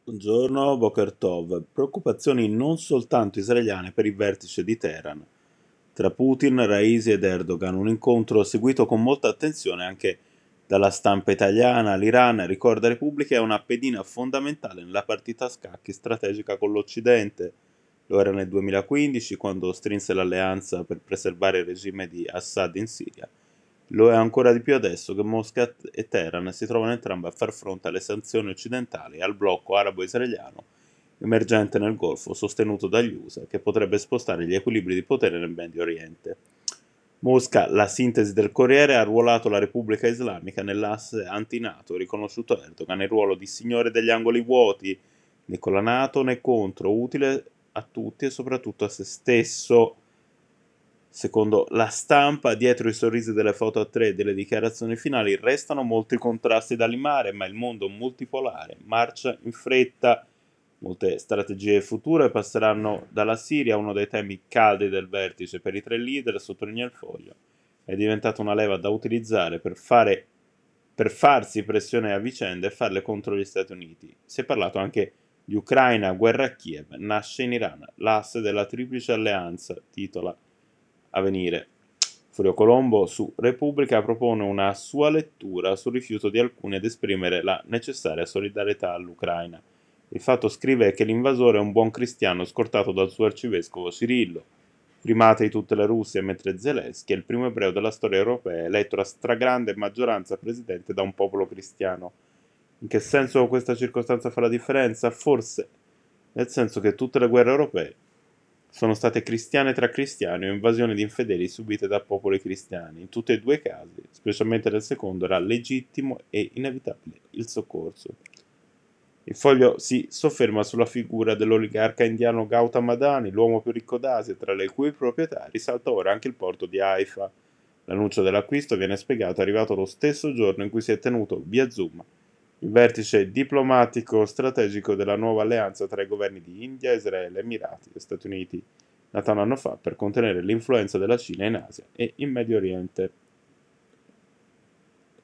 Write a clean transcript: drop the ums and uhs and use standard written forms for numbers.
Buongiorno, Boker Tov. Preoccupazioni non soltanto israeliane per il vertice di Teheran. Tra Putin, Raisi ed Erdogan, un incontro seguito con molta attenzione anche dalla stampa italiana. L'Iran, ricorda Repubblica, è una pedina fondamentale nella partita a scacchi strategica con l'Occidente. Lo era nel 2015 quando strinse l'alleanza per preservare il regime di Assad in Siria. Lo è ancora di più adesso che Mosca e Teheran si trovano entrambe a far fronte alle sanzioni occidentali e al blocco arabo-israeliano emergente nel Golfo, sostenuto dagli USA, che potrebbe spostare gli equilibri di potere nel Medio Oriente. Mosca, la sintesi del Corriere, ha arruolato la Repubblica Islamica nell'asse anti-NATO, riconosciuto a Erdogan il ruolo di signore degli angoli vuoti, né con la NATO né contro, utile a tutti e soprattutto a se stesso. Secondo la stampa, dietro i sorrisi delle foto a tre e delle dichiarazioni finali restano molti contrasti da limare, ma il mondo multipolare marcia in fretta. Molte strategie future passeranno dalla Siria, uno dei temi caldi del vertice per i tre leader, sottolinea il foglio. È diventata una leva da utilizzare per farsi pressione a vicenda e farle contro gli Stati Uniti. Si è parlato anche di Ucraina, guerra a Kiev, nasce in Iran, l'asse della triplice alleanza, titola a venire. Furio Colombo su Repubblica propone una sua lettura sul rifiuto di alcuni ad esprimere la necessaria solidarietà all'Ucraina. Il fatto scrive che l'invasore è un buon cristiano scortato dal suo arcivescovo Cirillo, primate di tutte le Russie, mentre Zelensky è il primo ebreo della storia europea eletto a stragrande maggioranza presidente da un popolo cristiano. In che senso questa circostanza fa la differenza? Forse nel senso che tutte le guerre europee sono state cristiane tra cristiani o invasioni di infedeli subite da popoli cristiani. In tutti e due i casi, specialmente nel secondo, era legittimo e inevitabile il soccorso. Il foglio si sofferma sulla figura dell'oligarca indiano Gautam Adani, l'uomo più ricco d'Asia, tra le cui proprietà risalta ora anche il porto di Haifa. L'annuncio dell'acquisto viene spiegato arrivato lo stesso giorno in cui si è tenuto via Zoom il vertice diplomatico strategico della nuova alleanza tra i governi di India, Israele, Emirati e Stati Uniti, nata un anno fa per contenere l'influenza della Cina in Asia e in Medio Oriente.